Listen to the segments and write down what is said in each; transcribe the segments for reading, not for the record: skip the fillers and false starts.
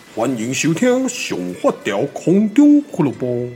欢迎收听上发条空中俱乐部。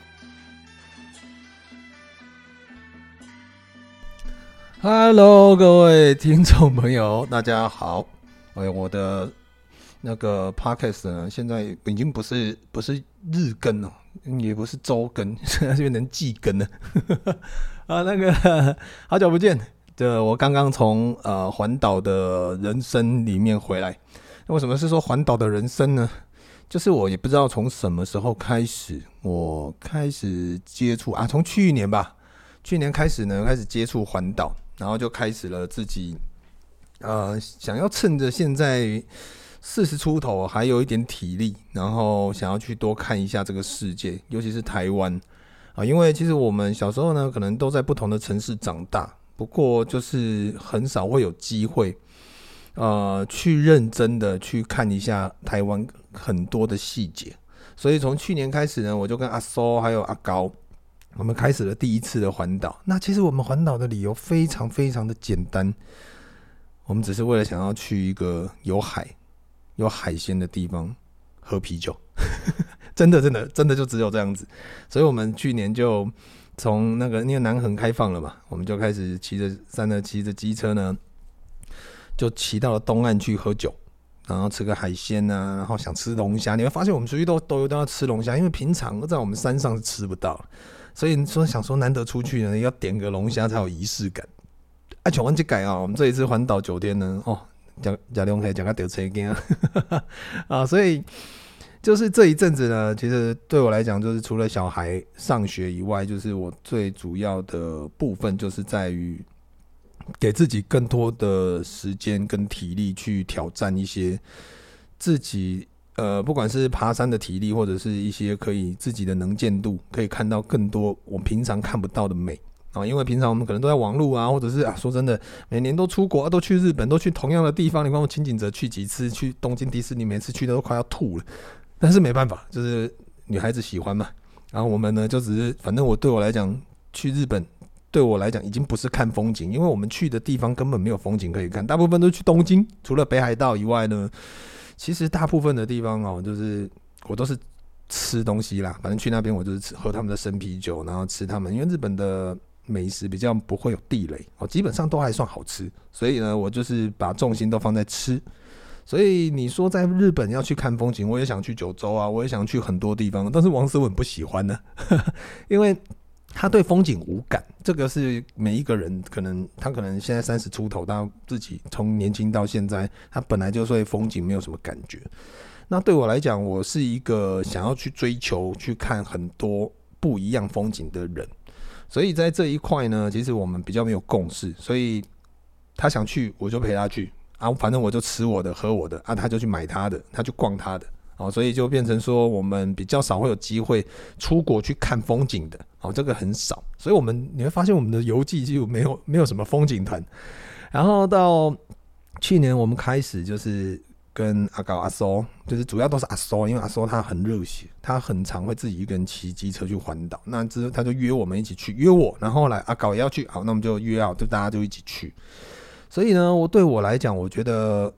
Hello， 各位听众朋友，大家好。我的那个 podcast 呢，现在已经不是日更了，也不是周更，现在变成季更了。那个好久不见，我刚刚从环岛的人生里面回来。为什么是说环岛的人生呢？就是我也不知道从什么时候开始，我开始接触从去年吧，去年开始呢，开始接触环岛。然后就开始了自己，想要趁着现在40出头还有一点体力，然后想要去多看一下这个世界，尤其是台湾因为其实我们小时候呢，可能都在不同的城市长大，不过就是很少会有机会，去认真的去看一下台湾很多的细节。所以从去年开始呢，我就跟阿苏还有阿高。我们开始了第一次的环岛。那其实我们环岛的理由非常非常的简单，我们只是为了想要去一个有海鲜的地方喝啤酒。真的就只有这样子。所以我们去年就从那个因为南横开放了嘛，我们就开始骑着机车呢，就骑到了东岸去喝酒，然后吃个海鲜啊，然后想吃龙虾。你会发现我们出去都要吃龙虾，因为平常在我们山上是吃不到。所以想说难得出去呢，要点个龙虾才有仪式感。像我们这改我们这一次环岛9天呢，吃龙虾吃到掉车惊所以就是这一阵子呢，其实对我来讲，就是除了小孩上学以外，就是我最主要的部分就是在于给自己更多的时间跟体力去挑战一些自己。不管是爬山的体力，或者是一些可以自己的能见度，可以看到更多我平常看不到的美因为平常我们可能都在网路或者是说真的，每年都出国都去日本，都去同样的地方。你看我清景泽去几次，去东京迪士尼，每次去都快要吐了。但是没办法，就是女孩子喜欢嘛。然后我们呢，就只是反正对我来讲，去日本对我来讲已经不是看风景，因为我们去的地方根本没有风景可以看，大部分都去东京，除了北海道以外呢。其实大部分的地方就是我都是吃东西啦，反正去那边我就是喝他们的生啤酒，然后吃他们，因为日本的美食比较不会有地雷基本上都还算好吃，所以呢，我就是把重心都放在吃。所以你说在日本要去看风景，我也想去九州我也想去很多地方，但是王思文不喜欢呢，因为他对风景无感，这个是每一个人他可能现在30出头，他自己从年轻到现在，他本来就对风景没有什么感觉。那对我来讲，我是一个想要去追求、去看很多不一样风景的人，所以在这一块呢，其实我们比较没有共识，所以他想去，我就陪他去反正我就吃我的、喝我的他就去买他的，他去逛他的。所以就变成说我们比较少会有机会出国去看风景的这个很少，所以你会发现我们的游记几乎没有什么风景团。然后到去年我们开始就是跟阿苏，就是主要都是阿苏，因为阿苏他很热血，他很常会自己一个人骑机车去环岛，那之后他就约我们一起去，约我，然后后来阿高也要去，好，那我们就约就大家就一起去。所以呢，对我来讲，我觉得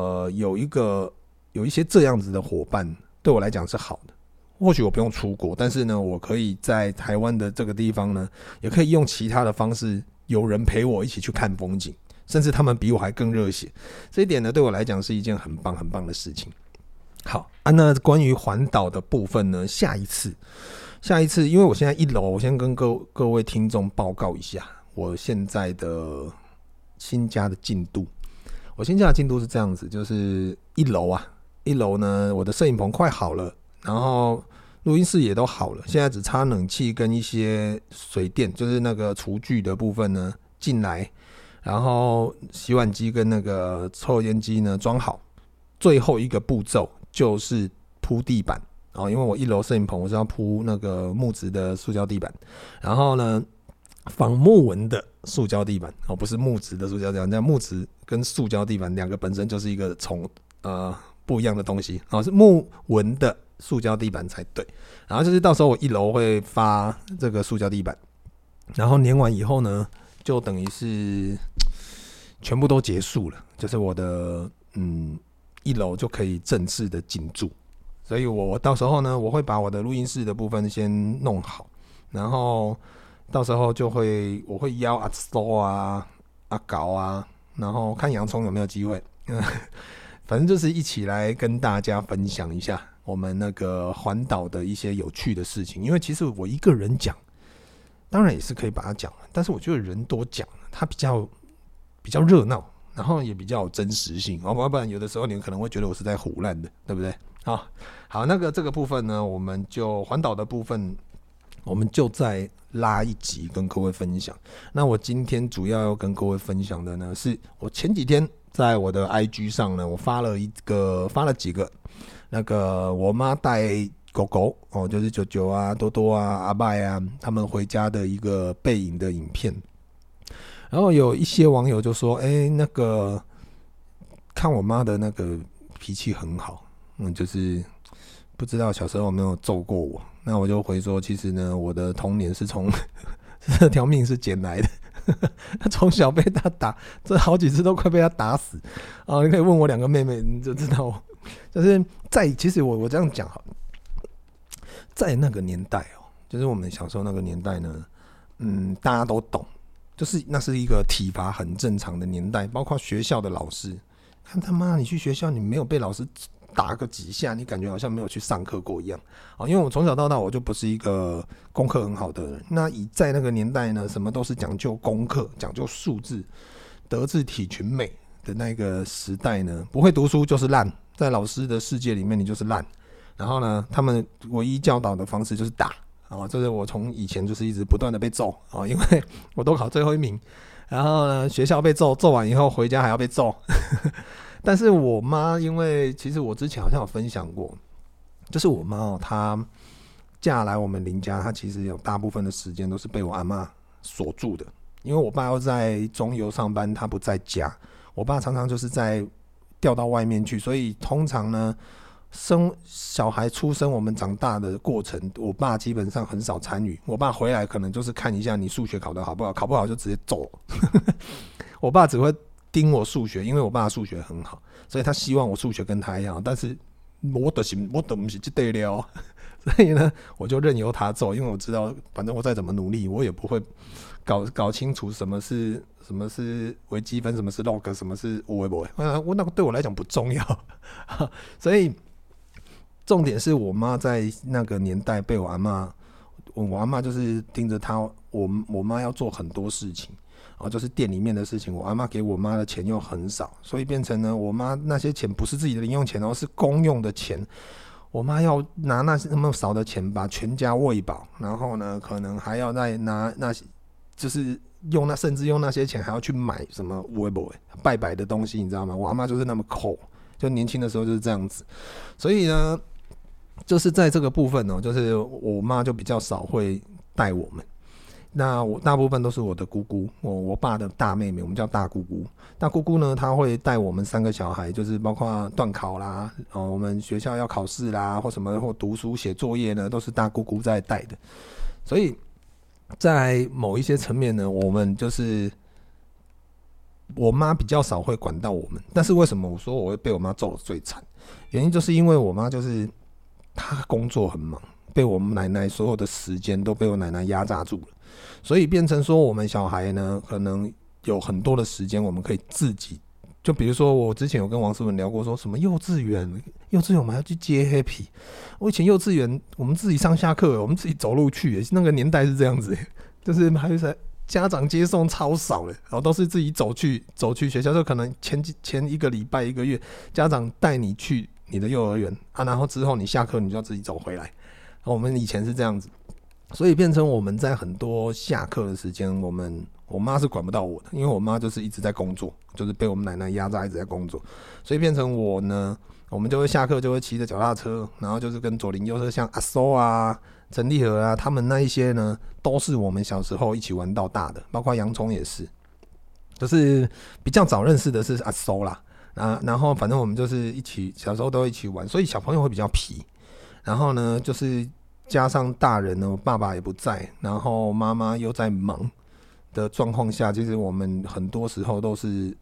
有一些这样子的伙伴对我来讲是好的，或许我不用出国，但是呢，我可以在台湾的这个地方呢，也可以用其他的方式，有人陪我一起去看风景，甚至他们比我还更热血。这一点呢，对我来讲是一件很棒很棒的事情。好那关于环岛的部分呢，下一次，因为我现在1楼，我先跟各位听众报告一下我现在的新家的进度。我新家的进度是这样子，就是1楼呢，我的摄影棚快好了，然后录音室也都好了，现在只差冷气跟一些水电，就是那个厨具的部分呢进来，然后洗碗机跟那个抽油烟机呢装好，最后一个步骤就是铺地板因为我1楼摄影棚我是要铺那个木质的塑胶地板，然后呢仿木纹的塑胶地板不是木质的塑胶地板，木质跟塑胶地板两个本身就是一个不一样的东西是木纹的塑胶地板才对。然后就是到时候我1楼会发这个塑胶地板，然后粘完以后呢，就等于是全部都结束了，就是我的1 1楼就可以正式的进驻。所以我到时候呢，我会把我的录音室的部分先弄好，然后到时候我会邀阿苏啊、阿搞啊，然后看洋葱有没有机会，反正就是一起来跟大家分享一下我们那个环岛的一些有趣的事情。因为其实我一个人讲，当然也是可以把它讲，但是我觉得人多讲，它比较热闹，然后也比较有真实性，要不然有的时候你们可能会觉得我是在唬烂的，对不对？好，那个这个部分呢，我们就环岛的部分，我们就再拉一集跟各位分享。那我今天主要要跟各位分享的呢，是我前几天在我的 IG 上呢，我发了几个那个我妈带狗狗就是九九啊、多多啊、阿拜啊，他们回家的一个背影的影片。然后有一些网友就说：“那个看我妈的那个脾气很好。”就是不知道小时候有没有揍过我。那我就回说，其实呢，我的童年是从这条命是捡来的，从小被他打，这好几次都快被他打死啊！你可以问我2个妹妹，你就知道，就是其实我这样讲好，在那个年代就是我们小时候那个年代呢，大家都懂，就是那是一个体罚很正常的年代，包括学校的老师，看他妈你去学校，你没有被老师打个几下，你感觉好像没有去上课过一样。因为我从小到大我就不是一个功课很好的人。那在那个年代呢，什么都是讲究功课、讲究数字、德智体群美的那个时代呢，不会读书就是烂，在老师的世界里面你就是烂。然后呢，他们唯一教导的方式就是打。这是我从以前就是一直不断的被揍因为我都考最后1名。然后呢，学校被揍完以后，回家还要被揍。但是我妈，因为其实我之前好像有分享过，就是我妈她嫁来我们林家，她其实有大部分的时间都是被我阿嬷锁住的。因为我爸要在中油上班，他不在家，我爸常常就是调到外面去，所以通常呢，小孩出生我们长大的过程，我爸基本上很少参与。我爸回来可能就是看一下你数学考得好不好，考不好就直接走。我爸只会盯我数学，因为我爸数学很好，所以他希望我数学跟他一样，但是我不是这对了，所以呢，我就任由他走，因为我知道，反正我再怎么努力，我也不会搞清楚什么是微积分，什么是 log， 什么是微博，我那个对我来讲不重要，所以重点是我妈在那个年代被我阿嬷就是盯着她，我妈要做很多事情。就是店里面的事情，我阿嬷给我妈的钱又很少，所以变成呢，我妈那些钱不是自己的零用钱是公用的钱。我妈要拿那么少的钱把全家喂饱，然后呢，可能还要再拿那些，就是甚至用那些钱还要去买什么拜拜的东西，你知道吗？我阿嬷就是那么抠，就年轻的时候就是这样子。所以呢，就是在这个部分就是我妈就比较少会带我们。那我大部分都是我的姑姑，我爸的大妹妹，我们叫大姑姑。大姑姑呢，她会带我们3个小孩，就是包括段考啦，我们学校要考试啦，或什么或读书写作业呢，都是大姑姑在带的。所以在某一些层面呢，我们就是我妈比较少会管到我们。但是为什么我说我会被我妈揍得最惨？原因就是因为我妈就是她工作很忙，被我们奶奶所有的时间都被我奶奶压榨住了。所以变成说我们小孩呢，可能有很多的时间我们可以自己，就比如说我之前有跟王思文聊过，说什么幼稚园我们还要去接 Happy。我以前幼稚园我们自己上下课，我们自己走路去，那个年代是这样子，就是还有家长接送超少的，然后都是自己走去学校，就可能前1个礼拜1个月，家长带你去你的幼儿园然后之后你下课你就要自己走回来。我们以前是这样子。所以变成我们在很多下课的时间，我妈是管不到我的，因为我妈就是一直在工作，就是被我们奶奶压榨一直在工作，所以变成我呢，我们就会下课就会骑着脚踏车，然后就是跟左邻右舍，像阿苏啊、陈立和啊，他们那一些呢，都是我们小时候一起玩到大的，包括洋葱也是，就是比较早认识的是阿苏啦，然后反正我们就是小时候都一起玩，所以小朋友会比较皮，然后呢就是加上大人呢，爸爸也不在，然后妈妈又在忙的状况下，其实我们很多时候都是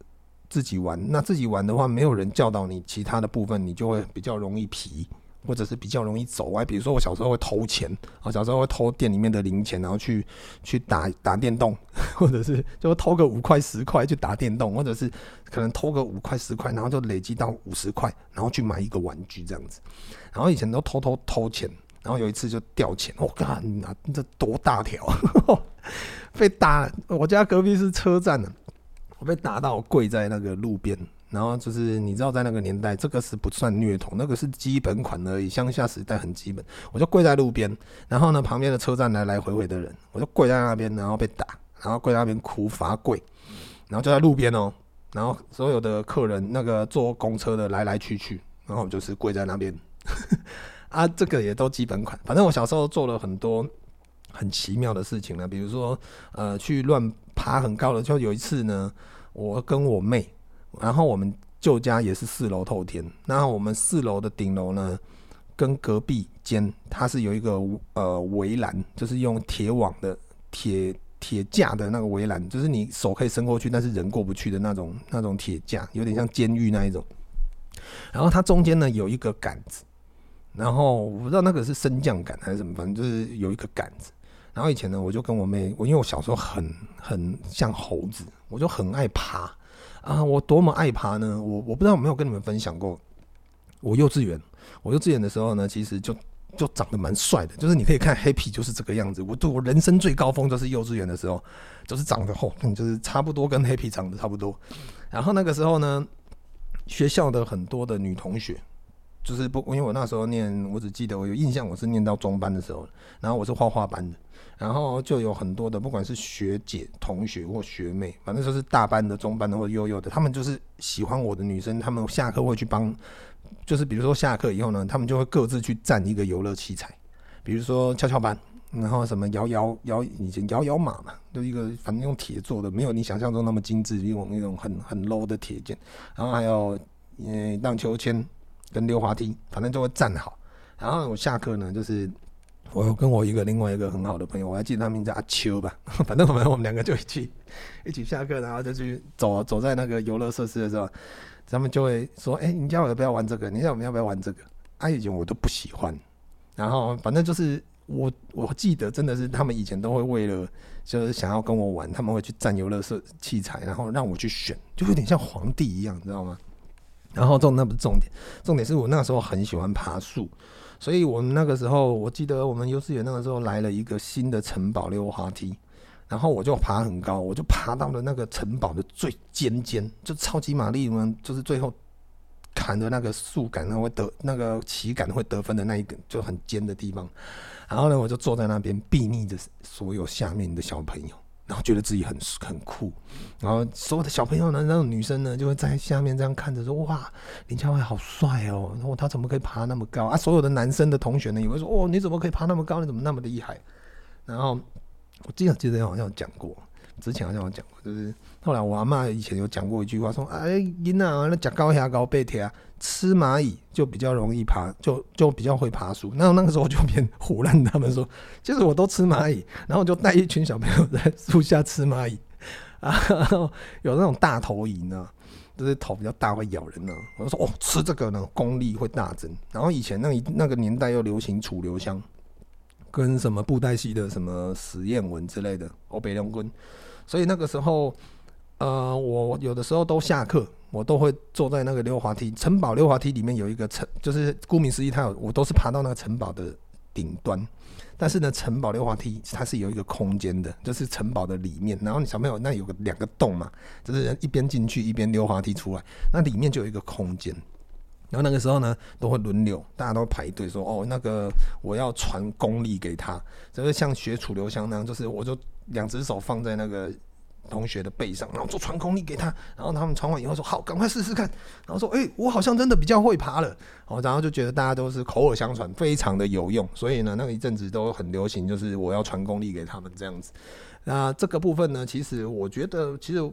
自己玩。那自己玩的话，没有人教导你其他的部分，你就会比较容易皮，或者是比较容易走歪。比如说我小时候会偷钱，小时候会偷店里面的零钱，然后去打电动，或者是就偷个5块10块去打电动，或者是可能偷个5块10块，然后就累积到50块，然后去买一个玩具这样子。然后以前都偷钱。然后有一次就掉钱，我靠，这多大条，被打！我家隔壁是车站的，我被打到我跪在那个路边。然后就是你知道，在那个年代，这个是不算虐童，那个是基本款而已，乡下时代很基本。我就跪在路边，然后呢，旁边的车站来来回回的人，我就跪在那边，然后被打，然后跪在那边哭罚跪，然后就在路边哦，然后所有的客人那个坐公车的来来去去，然后我就是跪在那边。啊，这个也都基本款。反正我小时候做了很多很奇妙的事情呢，比如说去乱爬很高的。就有一次呢，我跟我妹，然后我们旧家也是4楼透天，然后我们4楼的顶楼呢，跟隔壁间它是有一个围栏，就是用铁网的铁架的那个围栏，就是你手可以伸过去，但是人过不去的那种铁架，有点像监狱那一种。然后它中间呢有一个杆子。然后我不知道那个是升降杆还是什么，反正就是有一个杆子。然后以前呢，我就跟我妹，因为我小时候很像猴子，我就很爱爬啊。我多么爱爬呢？我不知道有没有跟你们分享过。我幼稚园的时候呢，其实就长得蛮帅的，就是你可以看黑皮就是这个样子。我人生最高峰就是幼稚园的时候，就是长得就是差不多跟黑皮长得差不多。然后那个时候呢，学校的很多的女同学。就是因为我那时候我只记得我有印象，我是念到中班的时候，然后我是画画班的，然后就有很多的不管是学姐、同学或学妹，反正就是大班的、中班的或幼幼的，他们就是喜欢我的女生，他们下课会去帮，就是比如说下课以后呢，他们就会各自去占一个游乐器材，比如说跷跷板，然后什么以前摇马嘛，就一个反正用铁做的，没有你想象中那么精致，用那种很 low 的铁件，然后还有荡秋千。跟溜滑梯，反正就会站好。然后我下课呢，就是我有跟我另外一个很好的朋友，我还记得他名字阿秋吧。反正我们两个就一起下课，然后就去走在那个游乐设施的时候，他们就会说：“你叫我要不要玩这个？你叫我们要不要玩这个？”以前我都不喜欢。然后反正就是我记得真的是他们以前都会为了就是想要跟我玩，他们会去占游乐器材，然后让我去选，就有点像皇帝一样，你知道吗？然后那不是重点，重点是我那时候很喜欢爬树，所以我们那个时候，我记得我们幼稚园那个时候来了一个新的城堡溜滑梯，然后我就爬很高，我就爬到了那个城堡的最尖，就超级玛丽们就是最后砍的那个树杆，会那个旗杆会得分的那一个就很尖的地方，然后呢，我就坐在那边睥睨着所有下面的小朋友。然后觉得自己很酷，然后所有的小朋友呢，那种女生呢，就会在下面这样看着说：“哇，林家伟好帅哦！然后他怎么可以爬那么高啊？”所有的男生的同学呢，也会说：“哦，你怎么可以爬那么高？你怎么那么厉害？”然后我记得好像有讲过，之前好像有讲过，就是后来我阿嬷以前有讲过一句话，说：“囡仔那吃高下高背贴啊，吃蚂蚁就比较容易爬，就比较会爬树。”那个时候我就变唬烂他们说，其实我都吃蚂蚁，然后我就带一群小朋友在树下吃蚂蚁啊，有那种大头蚁呢。就是头比较大会咬人呢，我就说吃这个呢功力会大增。然后以前那个年代又流行楚留香，跟什么布袋戏的什么史艳文之类的，北龙棍。所以那个时候，我有的时候都下课，我都会坐在那个溜滑梯，城堡溜滑梯里面有一个就是顾名思义，我都是爬到那个城堡的顶端。但是呢，城堡溜滑梯它是有一个空间的，就是城堡的里面。然后你小朋友那有2个洞嘛，就是一边进去一边溜滑梯出来，那里面就有一个空间。然后那个时候呢，都会轮流，大家都排队说：“那个我要传功力给他。”就是像学楚留香那样，就是我就2只手放在那个同学的背上，然后就传功力给他。然后他们传完以后说：“好，赶快试试看。”然后说：“我好像真的比较会爬了。”然后就觉得大家都是口耳相传，非常的有用。所以呢，那个一阵子都很流行，就是我要传功力给他们这样子。那这个部分呢，其实我觉得，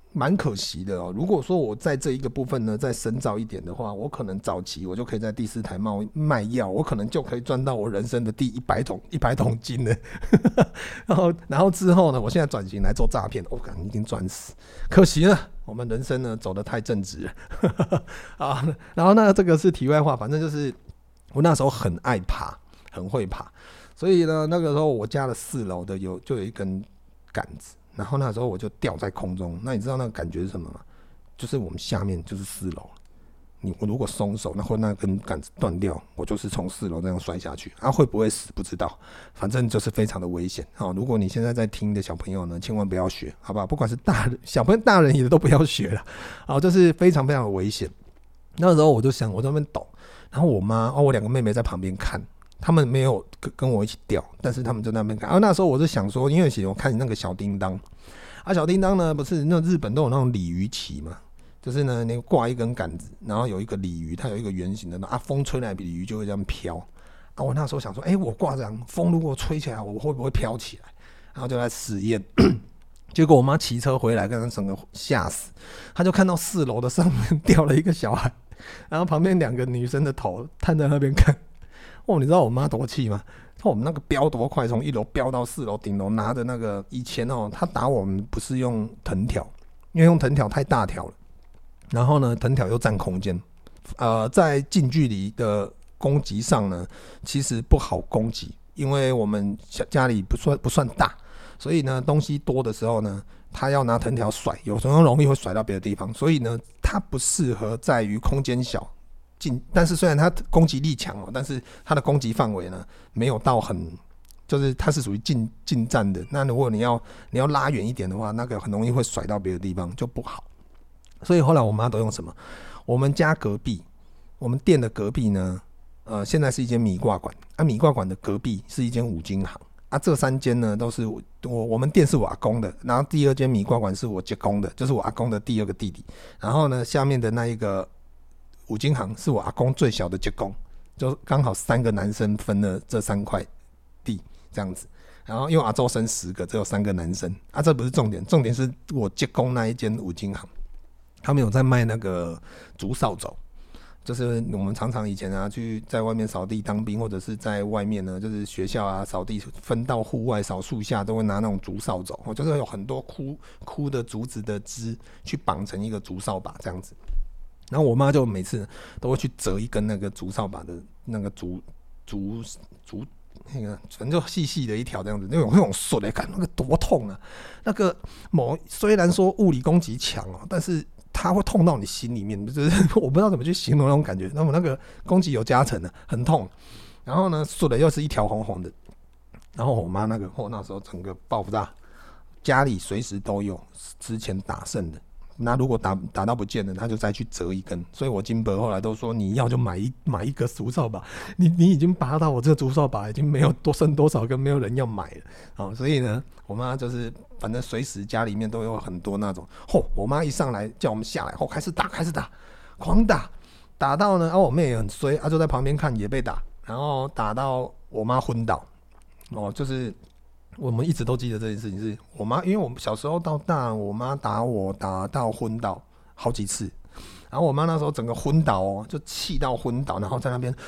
蛮可惜的哦。如果说我在这一个部分呢再深造一点的话，我可能早期我就可以在第4台卖药，我可能就可以赚到我人生的第100桶金了。然后之后呢，我现在转型来做诈骗，我感觉已经赚死，可惜了，我们人生呢走得太正直了。啊，然后那这个是题外话，反正就是我那时候很爱爬，很会爬，所以呢，那个时候我家的4楼的就有一根杆子。然后那时候我就吊在空中，那你知道那个感觉是什么吗？就是我们下面就是4楼，我如果松手，那或那根杆子断掉，我就是从4楼这样摔下去，会不会死不知道，反正就是非常的危险。如果你现在在听的小朋友呢，千万不要学，好不好？不管是小朋友、大人也都不要学了，就是非常非常的危险。那时候我就想，我在那边抖，然后我妈我2个妹妹在旁边看。他们没有跟我一起钓，但是他们就在那边看。那时候我就想说，因为我看那个小叮当，小叮当呢不是那日本都有那种鲤鱼旗嘛，就是呢你挂一根杆子，然后有一个鲤鱼，它有一个圆形的，风吹来鲤鱼就会这样飘。我那时候想说，我挂这样，风如果吹起来，我会不会飘起来？然后就来实验。结果我妈骑车回来，跟她整个吓死。她就看到4楼的上面掉了一个小孩，然后旁边2个女生的头探在那边看。你知道我妈多气吗？我们那个飙多快，从1楼飙到4楼顶楼，拿着那个以前她打我们不是用藤条，因为用藤条太大条了，然后呢藤条又占空间，在近距离的攻击上呢，其实不好攻击，因为我们家里不算大，所以呢东西多的时候呢，他要拿藤条甩，有时候容易会甩到别的地方，所以呢它不适合在于空间小。但是虽然它攻击力强但是它的攻击范围呢没有到很，就是它是属于近战的。那如果你要拉远一点的话，那个很容易会甩到别的地方，就不好。所以后来我妈都用什么？我们家隔壁，我们店的隔壁呢，现在是一间米挂馆，米挂馆的隔壁是一间五金行。这3间呢都是我们店是我阿公的，然后第2间米挂馆是我舅公的，就是我阿公的第2个弟弟。然后呢，下面的那一个五金行是我阿公最小的舅公，就刚好3个男生分了这3块地这样子。然后因为阿周生10个，只有3个男生这不是重点，重点是我舅公那一间五金行，他们有在卖那个竹扫帚，就是我们常常以前去在外面扫地当兵，或者是在外面呢，就是学校扫地分到户外扫树下，都会拿那种竹扫帚，就是有很多枯的竹子的枝去绑成一个竹扫把这样子。然后我妈就每次都会去折一根那个竹扫把的那个竹那个，反正就细细的一条这样子，那种笋感，那个多痛啊！那个虽然说物理攻击强但是它会痛到你心里面，就是我不知道怎么去形容那种感觉。那么那个攻击有加成的，很痛。然后呢，笋的又是一条红红的。然后我妈那时候整个爆炸，家里随时都有之前打剩的。那如果打到不见了，他就再去折一根。所以我金伯后来都说，你要就买一个竹扫把，你已经拔到我这个竹扫把已经没有剩多少根，没有人要买了。所以呢，我妈就是反正随时家里面都有很多那种。我妈一上来叫我们下来，开始打，狂打到呢，我妹也很衰，就在旁边看也被打，然后打到我妈昏倒。就是我们一直都记得这件事情，是我妈，因为我们小时候到大，我妈打我打到昏倒好几次，然后我妈那时候整个昏倒就气到昏倒，然后在那边，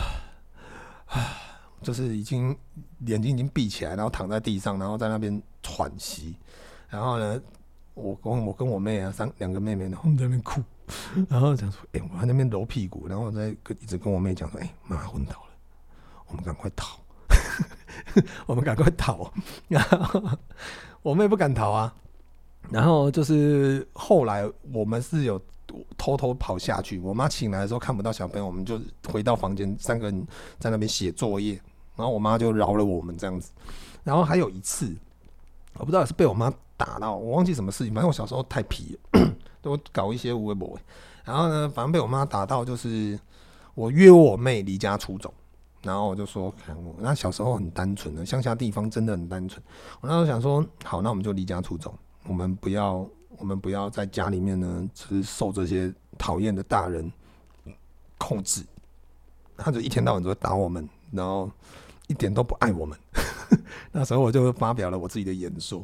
就是眼睛已经闭起来，然后躺在地上，然后在那边喘息，然后呢，我跟我妹2个妹妹，然后我们在那边哭，然后讲说，我在那边揉屁股，然后我一直跟我妹讲说，妈昏倒了，我们赶快逃。我们赶快逃，然后我妹不敢逃然后就是后来我们是有偷偷跑下去，我妈醒来的时候看不到小朋友，我们就回到房间，3个人在那边写作业，然后我妈就饶了我们这样子。然后还有一次，我不知道是被我妈打到，我忘记什么事情，反正我小时候太皮了，都搞一些无微不微。然后呢，反正被我妈打到，就是我约我妹离家出走。然后我就说，那小时候很单纯的，乡下地方真的很单纯。我那时候想说，好，那我们就离家出走，我们不要在家里面呢，只是受这些讨厌的大人控制。他就一天到晚都会打我们，然后一点都不爱我们。那时候我就发表了我自己的演说，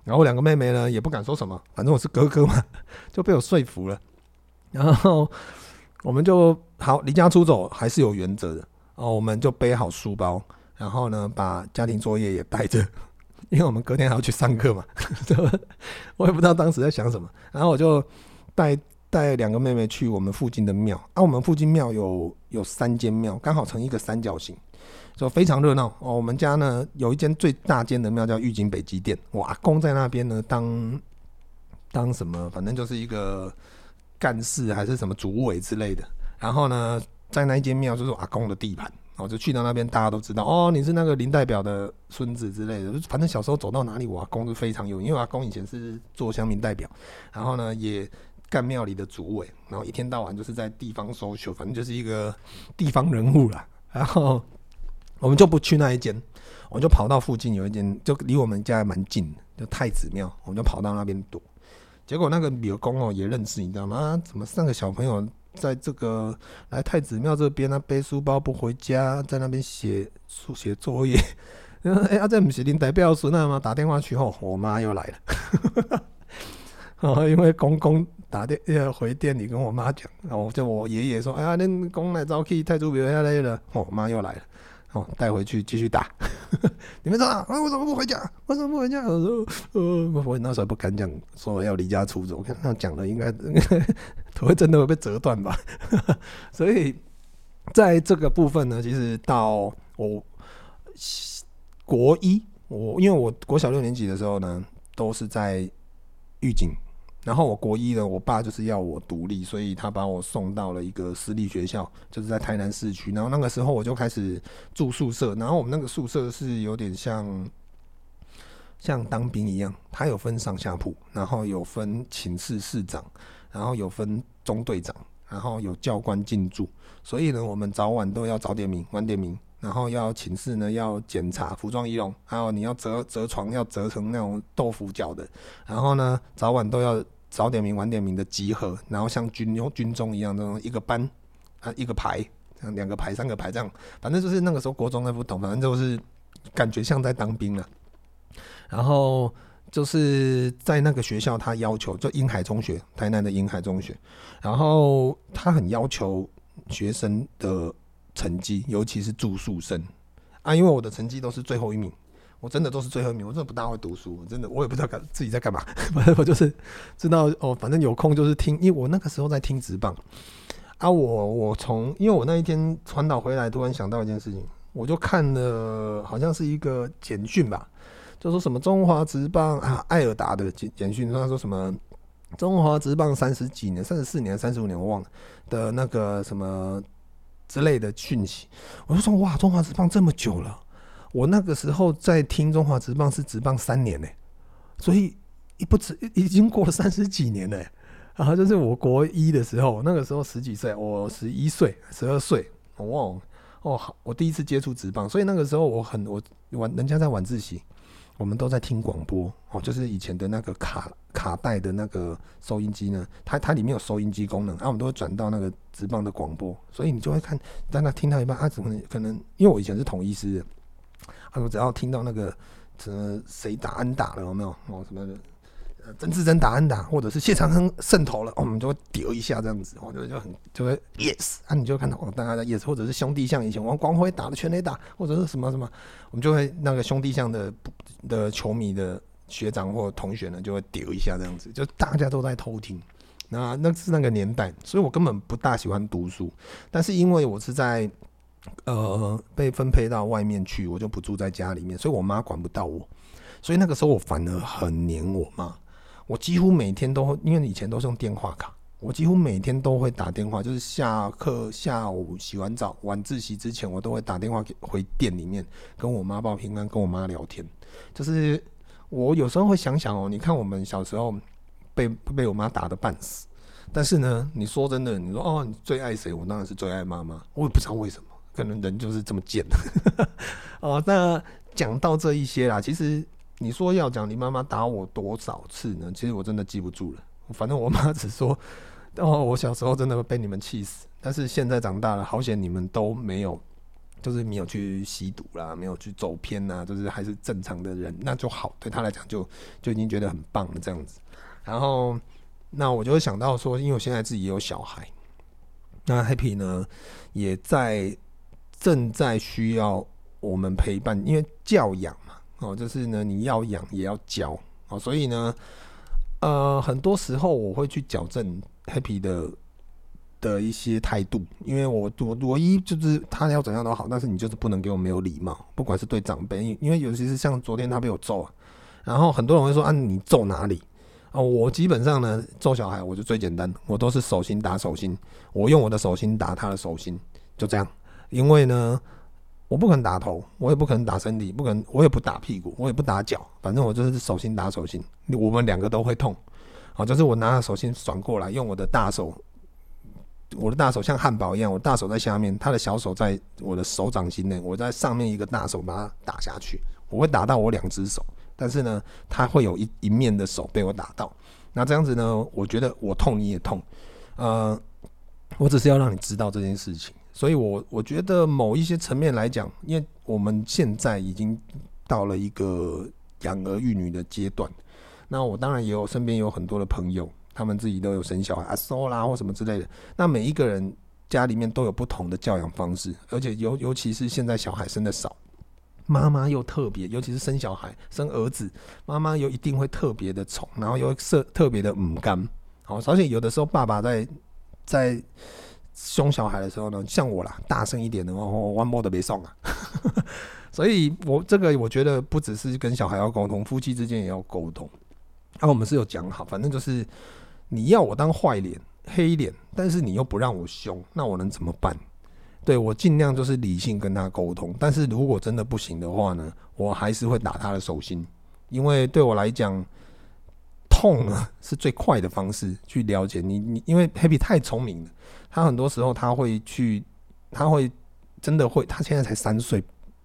然后我2个妹妹呢也不敢说什么，反正我是哥哥嘛，就被我说服了。然后我们就好离家出走，还是有原则的哦。我们就背好书包，然后呢把家庭作业也带着，因为我们隔天还要去上课嘛。我也不知道当时在想什么，然后我就带2个妹妹去我们附近的庙啊。我们附近庙有3间庙，刚好成一个三角形，就非常热闹哦。我们家呢有一间最大间的庙叫玉井北极殿，我阿公在那边呢当什么，反正就是一个干事还是什么主委之类的。然后呢，在那一间庙就是我阿公的地盘，我就去到那边，大家都知道哦，你是那个林代表的孙子之类的。反正小时候走到哪里，我阿公是非常有，因为我阿公以前是做乡民代表，然后呢也干庙里的主委，然后一天到晚就是在地方收球，反正就是一个地方人物啦。然后我们就不去那一间，我们就跑到附近有一间，就离我们家蛮近的，就太子庙，我们就跑到那边躲。结果那个庙公哦也认识，你知道吗？怎么3个小朋友在这个来太子庙这边背书包不回家，在那边写作业？这不是您代表孙吗？打电话去后，我妈又来了。因为公公回店里跟我妈讲，就我爷爷说：“哎呀，恁公来走去太子庙下来了。”我妈又来了。带回去继续打。你们说啊，为什么不回家？为什么不回家？我说，我那时候不敢讲，说要离家出走。我看他讲的应该头真的会被折断吧。所以在这个部分呢，其实到我国一，因为我国小6年级的时候呢，都是在玉井。然后我国一呢，我爸就是要我独立，所以他把我送到了一个私立学校，就是在台南市区。然后那个时候我就开始住宿舍，然后我们那个宿舍是有点像当兵一样，它有分上下铺，然后有分寝室室长，然后有分中队长，然后有教官进驻。所以呢，我们早晚都要早点名、晚点名，然后要寝室呢要检查服装仪容，还有你要折床要折成那种豆腐角的，然后呢早晚都要早点名晚点名的集合，然后像军中一样那种一个班啊一个排，2个排3个排这样，反正就是那个时候国中还不懂，反正就是感觉像在当兵了。然后就是在那个学校，他要求就英海中学，台南的英海中学，然后他很要求学生的成绩，尤其是住宿生啊，因为我的成绩都是最后1名，我真的都是最后1名，我真的不大会读书，真的我也不知道自己在干嘛，反正我就是知道哦，反正有空就是听，因为我那个时候在听职棒啊，因为我那一天传导回来，突然想到一件事情，我就看了好像是一个简讯吧。就说什么中华职棒啊，艾尔达的简讯，他说什么中华职棒30几年、34年、35年我忘了的那个什么之类的讯息，我就说哇，中华职棒这么久了，我那个时候在听中华职棒是职棒3年所以已经过了30几年了然后就是我国一的时候，那个时候10几岁，我11岁、12岁，我忘了我第一次接触职棒，所以那个时候人家在晚自习。我们都在听广播就是以前的那个卡带的那个收音机呢，它里面有收音机功能我们都会转到那个职棒的广播，所以你就会看，在那听到一半怎么可能？因为我以前是统一师的我只要听到那个谁打安打了有没有什么的曾志珍打安打，或者是谢长亨胜投了我们就会丢一下这样子就会 yes 你就会看到大家在 yes， 或者是兄弟象以前王光辉打的全垒打，或者是什么我们就会那个兄弟象的球迷的学长或同学呢就会丢一下这样子，就大家都在偷听。那是那个年代，所以我根本不大喜欢读书，但是因为我是在被分配到外面去，我就不住在家里面，所以我妈管不到我，所以那个时候我反而很黏我妈。我几乎每天都会，因为以前都是用电话卡，我几乎每天都会打电话，就是下午洗完澡晚自习之前，我都会打电话回店里面跟我妈报平安，跟我妈聊天。就是我有时候会想想你看我们小时候被我妈打得半死，但是呢，你说真的，你说你最爱谁？我当然是最爱妈妈，我也不知道为什么，可能人就是这么贱那讲到这一些啦，其实。你说要讲你妈妈打我多少次呢？其实我真的记不住了。反正我妈只说，我小时候真的被你们气死。但是现在长大了，好险你们都没有就是没有去吸毒啦，没有去走偏啦，就是还是正常的人，那就好，对他来讲就已经觉得很棒了这样子。然后那我就会想到说，因为我现在自己也有小孩，那 Happy 呢也正在需要我们陪伴，因为教养嘛，就是呢你要养也要教，所以呢很多时候我会去矫正 Happy 的一些态度，因为我唯一就是他要怎样都好，但是你就是不能给我没有礼貌，不管是对长辈，因为尤其是像昨天他被我揍然后很多人会说啊你揍哪里我基本上呢揍小孩我就最简单，我都是手心打手心，我用我的手心打他的手心，就这样。因为呢我不可能打头，我也不可能打身体，不可能，我也不打屁股，我也不打脚，反正我就是手心打手心，我们两个都会痛。就是我拿着手心转过来，用我的大手像汉堡一样，我大手在下面，他的小手在我的手掌心内，我在上面一个大手把它打下去，我会打到我2只手，但是呢他会有一面的手被我打到，那这样子呢我觉得我痛你也痛，我只是要让你知道这件事情。所以我觉得某一些层面来讲，因为我们现在已经到了一个养儿育女的阶段，那我当然也有身边有很多的朋友，他们自己都有生小孩啦或什么之类的，那每一个人家里面都有不同的教养方式，而且尤其是现在小孩生的少，妈妈又特别，尤其是生小孩生儿子，妈妈又一定会特别的宠，然后又特别的甘而且有的时候爸爸在凶小孩的时候呢，像我啦，大声一点的话，我摸的别送所以这个我觉得不只是跟小孩要沟通，夫妻之间也要沟通。我们是有讲好，反正就是你要我当坏脸、黑脸，但是你又不让我凶，那我能怎么办？对，我尽量就是理性跟他沟通，但是如果真的不行的话呢，我还是会打他的手心，因为对我来讲，痛呢是最快的方式去了解你，因为 Happy 太聪明了，他很多时候他会真的会，他现在才3岁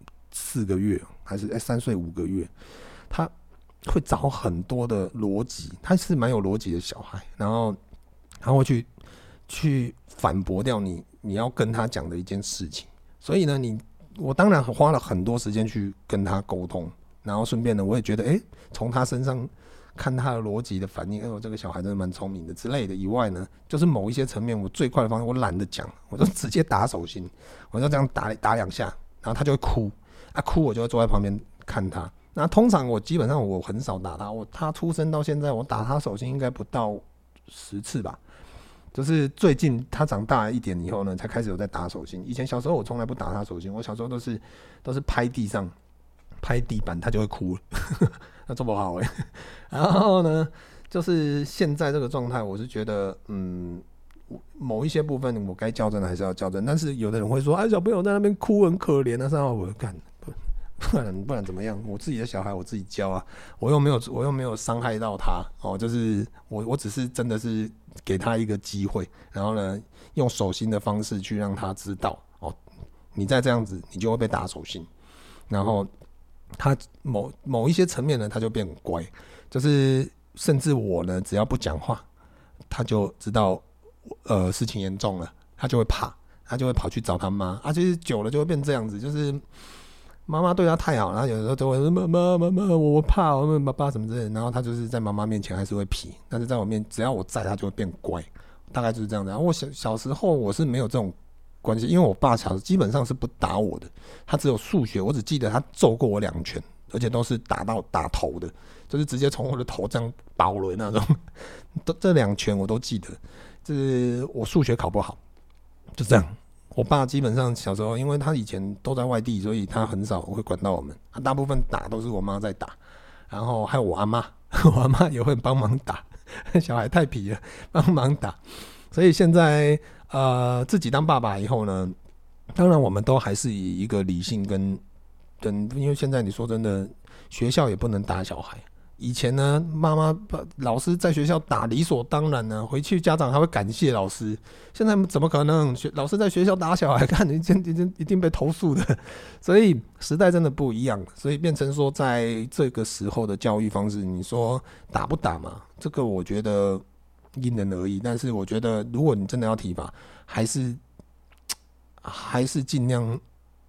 4个月，还是3岁5个月，他会找很多的逻辑，他是蛮有逻辑的小孩，然后他会去反驳掉你要跟他讲的一件事情，所以呢，我当然花了很多时间去跟他沟通，然后顺便呢，我也觉得，从他身上看他的逻辑的反应，这个小孩真的蛮聪明的之类的以外呢，就是某一些层面，我最快的方式，我懒得讲，我就直接打手心，我就这样打2下，然后他就会哭，哭我就会坐在旁边看他。那通常我基本上我很少打他，他出生到现在，我打他手心应该不到10次吧。就是最近他长大一点以后呢，才开始有在打手心。以前小时候我从来不打他手心，我小时候都是拍地上、拍地板，他就会哭了，那做不好然后呢，就是现在这个状态，我是觉得，某一些部分我该校正的还是要校正，但是有的人会说，小朋友在那边哭很可怜啊，我干。不然怎么样？我自己的小孩我自己教啊，我又没有伤害到他就是我只是真的是给他一个机会，然后呢，用手心的方式去让他知道你再这样子，你就会被打手心，然后他某一些层面呢，他就变很乖，就是甚至我呢，只要不讲话，他就知道事情严重了，他就会怕，他就会跑去找他妈其实久了就会变这样子，就是妈妈对他太好，然后有的时候都会说妈妈我怕，我爸爸什么之类的，然后他就是在妈妈面前还是会皮，但是在我面只要我在，他就会变乖，大概就是这样子。然后我小时候我是没有这种关系，因为我爸小时候基本上是不打我的，他只有数学，我只记得他揍过我2拳，而且都是打头的，就是直接从我的头这样包了那种，这2拳我都记得。就是我数学考不好，就这样。我爸基本上小时候，因为他以前都在外地，所以他很少会管到我们。他大部分打都是我妈在打，然后还有我阿妈，我阿妈也会帮忙打。小孩太皮了，帮忙打。所以现在自己当爸爸以后呢，当然我们都还是以一个理性跟，因为现在你说真的，学校也不能打小孩。以前呢，老师在学校打理所当然呢，回去家长还会感谢老师。现在怎么可能？老师在学校打小孩，看一定被投诉的。所以时代真的不一样了，所以变成说，在这个时候的教育方式，你说打不打嘛？这个我觉得因人而异。但是我觉得，如果你真的要体罚，还是尽量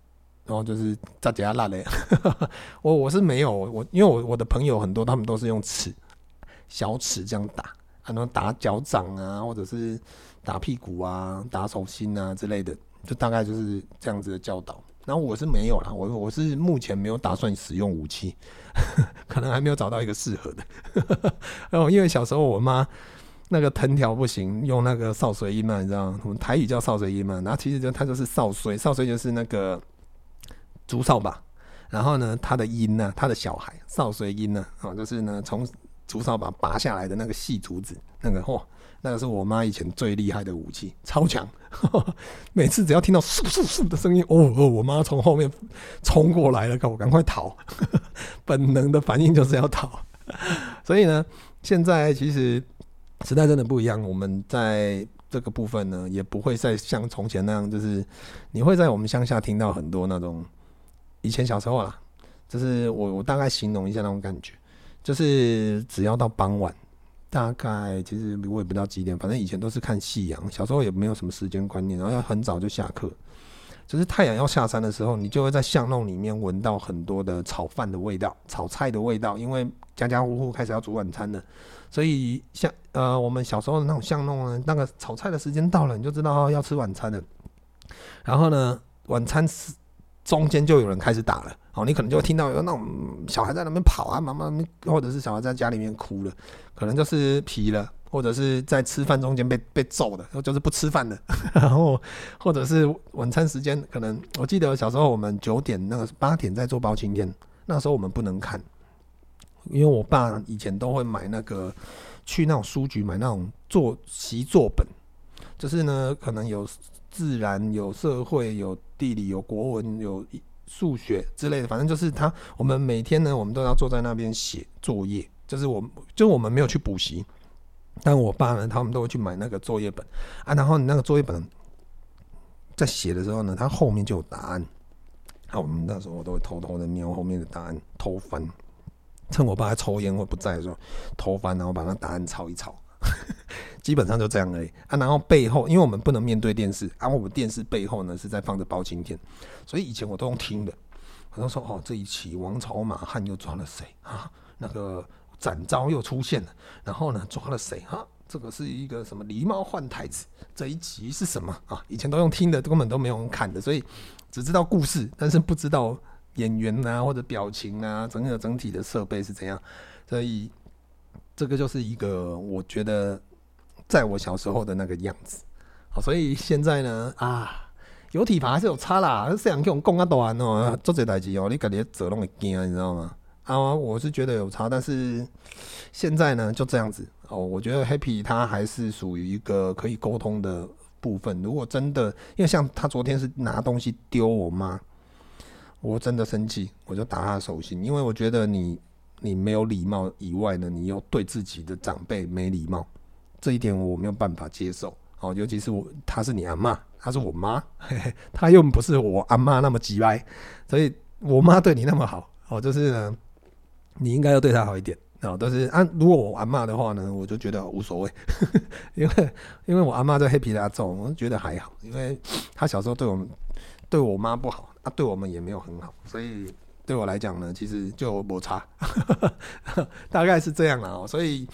然后就是炸几下辣嘞。我是没有，因为我的朋友很多，他们都是用小尺这样打，然后打脚掌啊，或者是打屁股啊、打手心啊之类的，就大概就是这样子的教导。然后我是没有啦，我是目前没有打算使用武器，可能还没有找到一个适合的。然后因为小时候我妈那个藤条不行，用那个扫水音嘛，你知道吗？我们台语叫扫水音嘛，然后其实它就是扫水就是那个竹扫把，然后呢，它的音呢，它的小孩扫水音呢，就是呢从竹扫把拔下来的那个细竹子，那个是我妈以前最厉害的武器，超强。每次只要听到嗖嗖嗖的声音，我妈从后面冲过来了，我赶快逃。本能的反应就是要逃。所以呢，现在其实时代真的不一样，我们在这个部分呢，也不会再像从前那样，就是你会在我们乡下听到很多那种以前小时候啦，就是我大概形容一下那种感觉，就是只要到傍晚。大概其实我也不知道几点，反正以前都是看夕阳，小时候也没有什么时间观念，然后要很早就下课，就是太阳要下山的时候，你就会在巷弄里面闻到很多的炒饭的味道、炒菜的味道，因为家家户户开始要煮晚餐了，所以我们小时候的那种巷弄呢，那个炒菜的时间到了，你就知道要吃晚餐了。然后呢，晚餐中间就有人开始打了。你可能就会听到有那种小孩在那边跑啊，妈妈，或者是小孩在家里面哭了，可能就是皮了，或者是在吃饭中间被揍的，就是不吃饭的。然后或者是晚餐时间，可能我记得小时候我们9点那个8点在做包青天，那时候我们不能看，因为我爸以前都会买那个去那种书局买那种习作本，就是呢可能有自然、有社会、有地理、有国文、有数学之类的，反正就是我们每天呢，我们都要坐在那边写作业，就是我们没有去补习，但我爸呢，他们都会去买那个作业本啊，然后你那个作业本在写的时候呢，它后面就有答案，我们那时候都会偷偷的瞄后面的答案，偷翻，趁我爸在抽烟或不在的时候偷翻，然后把那答案抄一抄。基本上就这样而已啊。然后背后，因为我们不能面对电视啊，我们电视背后呢是在放着包青天，所以以前我都用听的。我都说这一期王朝马汉又抓了谁啊？那个展昭又出现了，然后呢抓了谁啊？这个是一个什么狸猫换太子？这一集是什么啊？以前都用听的，根本都没有人看的，所以只知道故事，但是不知道演员啊或者表情啊，整体的设备是怎样，所以。这个就是一个我觉得在我小时候的那个样子，所以现在呢有体罚还是有差啦，这样给我们讲啊大哦，做这代志你自己做拢会惊，你知道吗？我是觉得有差，但是现在呢就这样子我觉得 Happy 他还是属于一个可以沟通的部分。如果真的，因为像他昨天是拿东西丢我妈，我真的生气，我就打他的手心，因为我觉得你没有礼貌以外呢，你又对自己的长辈没礼貌，这一点我没有办法接受尤其是她是你阿嬷，她是我妈，她又不是我阿嬷那么鸡掰，所以我妈对你那么好就是呢，你应该要对她好一点但是如果我阿嬷的话呢，我就觉得无所谓，因为我阿嬷在黑皮拉揍，我觉得还好，因为她小时候对我妈不好对我们也没有很好，所以。对我来讲呢，其实就没差，大概是这样啦所以，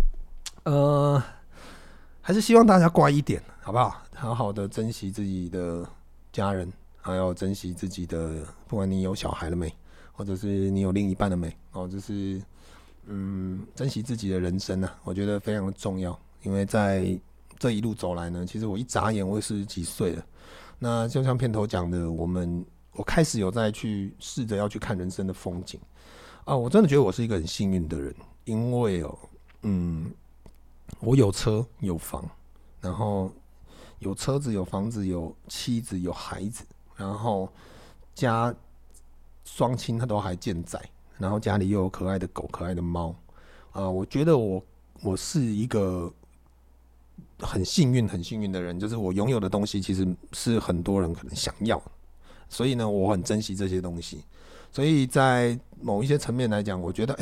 还是希望大家乖一点，好不好？好好的珍惜自己的家人，还有珍惜自己的，不管你有小孩了没，或者是你有另一半了没，就是珍惜自己的人生我觉得非常的重要。因为在这一路走来呢，其实我一眨眼我也40几岁了。那就像片头讲的，我开始有在去试着要去看人生的风景我真的觉得我是一个很幸运的人，因为我有车有房，然后有车子有房子有妻子有孩子，然后家双亲他都还健在，然后家里又有可爱的狗可爱的猫我觉得我是一个很幸运的人，就是我拥有的东西其实是很多人可能想要的。所以呢，我很珍惜这些东西。所以在某一些层面来讲，我觉得，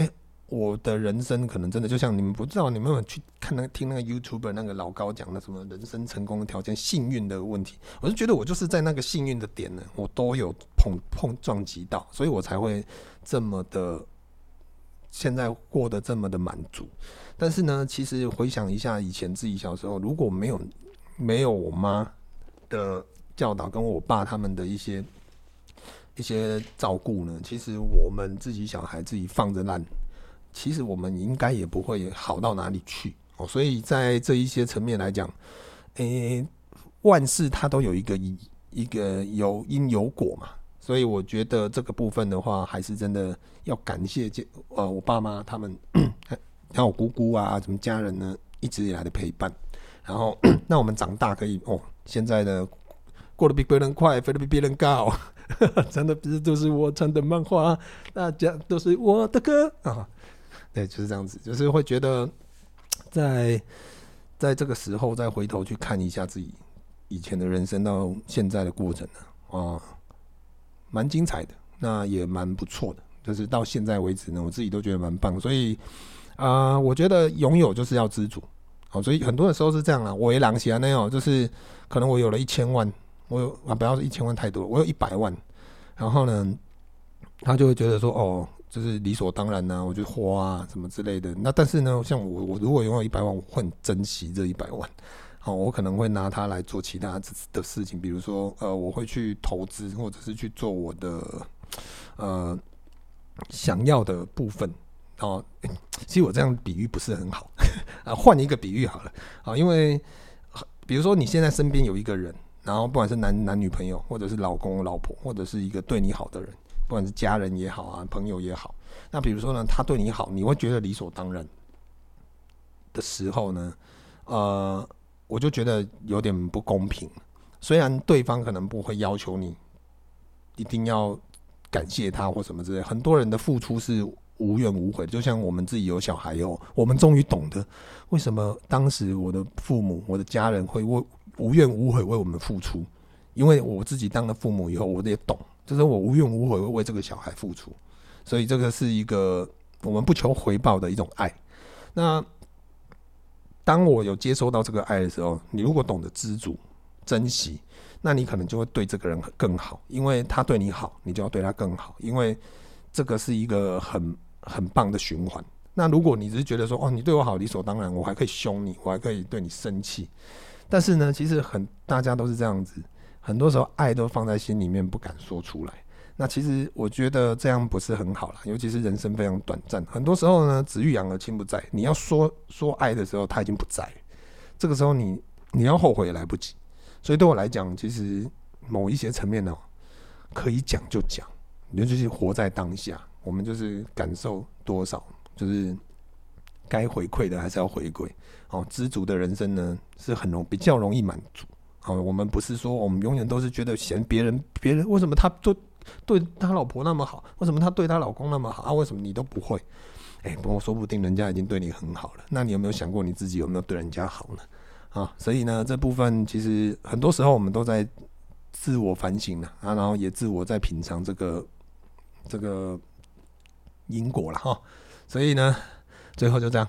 我的人生可能真的就像你们不知道，你们有没有去看听那个 YouTuber 那个老高讲的什么人生成功的条件、幸运的问题，我就觉得我就是在那个幸运的点呢，我都有碰撞击到，所以我才会这么的现在过得这么的满足。但是呢，其实回想一下以前自己小时候，如果没有我妈的教导跟我爸他们的一些照顾呢，其实我们自己小孩自己放着烂，其实我们应该也不会好到哪里去哦。所以在这一些层面来讲，万事它都有一个有因有果嘛。所以我觉得这个部分的话，还是真的要感谢我爸妈他们，还有我姑姑啊，什么家人呢，一直以来的陪伴。然后让我们长大可以现在的过得比别人快，飞得比别人高。真的不是都是我唱的漫画，大家都是我的歌啊！对，就是这样子，就是会觉得在这个时候再回头去看一下自己以前的人生到现在的过程呢，蛮精彩的，那也蛮不错的。就是到现在为止呢，我自己都觉得蛮棒，所以我觉得拥有就是要知足。所以很多的时候是这样啦，我也狼起来那样，就是可能我有了1000万。我有不要1000万太多了，我有100万，然后呢，他就会觉得说，就是理所当然啊，我就花啊什么之类的。那但是呢，像我如果拥有100万，我会很珍惜这100万，我可能会拿它来做其他的事情，比如说我会去投资，或者是去做我的想要的部分。其实我这样比喻不是很好换一个比喻好了因为比如说你现在身边有一个人。然后不管是男女朋友，或者是老公老婆，或者是一个对你好的人，不管是家人也好啊，朋友也好，那比如说呢，他对你好，你会觉得理所当然的时候呢，我就觉得有点不公平。虽然对方可能不会要求你一定要感谢他或什么之类，很多人的付出是无怨无悔，就像我们自己有小孩我们终于懂得为什么当时我的父母、我的家人会无怨无悔为我们付出，因为我自己当了父母以后，我也懂，就是我无怨无悔为这个小孩付出，所以这个是一个我们不求回报的一种爱。那当我有接收到这个爱的时候，你如果懂得知足、珍惜，那你可能就会对这个人更好，因为他对你好，你就要对他更好，因为这个是一个很棒的循环。那如果你只是觉得说，你对我好理所当然，我还可以凶你，我还可以对你生气。但是呢，其实大家都是这样子，很多时候爱都放在心里面不敢说出来。那其实我觉得这样不是很好啦，尤其是人生非常短暂，很多时候呢，子欲养而亲不在。你要说爱的时候，他已经不在，这个时候你要后悔也来不及。所以对我来讲，其实某一些层面呢，可以讲就讲，你就是活在当下，我们就是感受多少，就是该回馈的还是要回馈。知足的人生呢是比较容易满足。我们不是说我们永远都是觉得嫌别人为什么他对他老婆那么好，为什么他对他老公那么好为什么你都不会？不过说不定人家已经对你很好了，那你有没有想过你自己有没有对人家好呢？所以呢，这部分其实很多时候我们都在自我反省然后也自我在品尝这个因果了所以呢，最后就这样，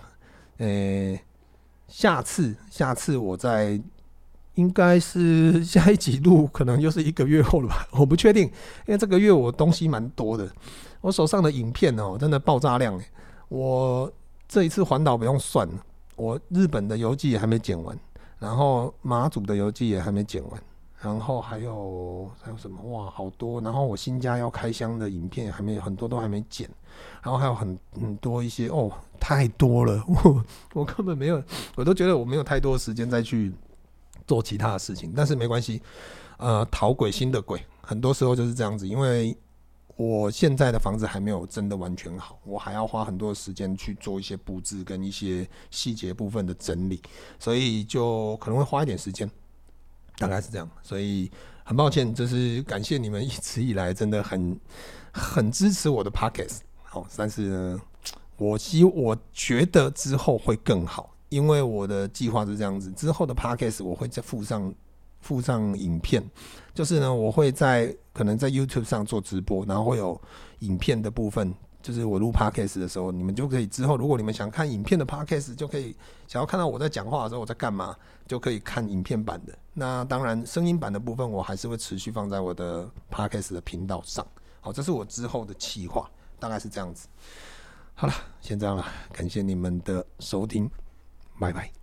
下次我应该是下一集录，可能又是1个月后了吧，我不确定，因为这个月我东西蛮多的，我手上的影片真的爆炸量我这一次环岛不用算了，我日本的游记也还没剪完，然后马祖的游记也还没剪完，然后还有什么哇，好多，然后我新家要开箱的影片很多都还没剪，然后还有很多一些太多了，我根本没有，我都觉得我没有太多时间再去做其他的事情，但是没关系，讨鬼新的鬼，很多时候就是这样子，因为我现在的房子还没有真的完全好，我还要花很多时间去做一些布置跟一些细节部分的整理，所以就可能会花一点时间，大概是这样，所以很抱歉，就是感谢你们一直以来真的很支持我的 podcast， 但是呢，我觉得之后会更好，因为我的计划是这样子，之后的 podcast 我会再附上影片，就是呢，我会可能在 YouTube 上做直播，然后会有影片的部分就是我录 podcast 的时候，你们就可以之后，如果你们想看影片的 podcast， 就可以想要看到我在讲话的时候我在干嘛，就可以看影片版的。那当然，声音版的部分我还是会持续放在我的 podcast 的频道上。好，这是我之后的企划，大概是这样子。好了，先这样了，感谢你们的收听，拜拜。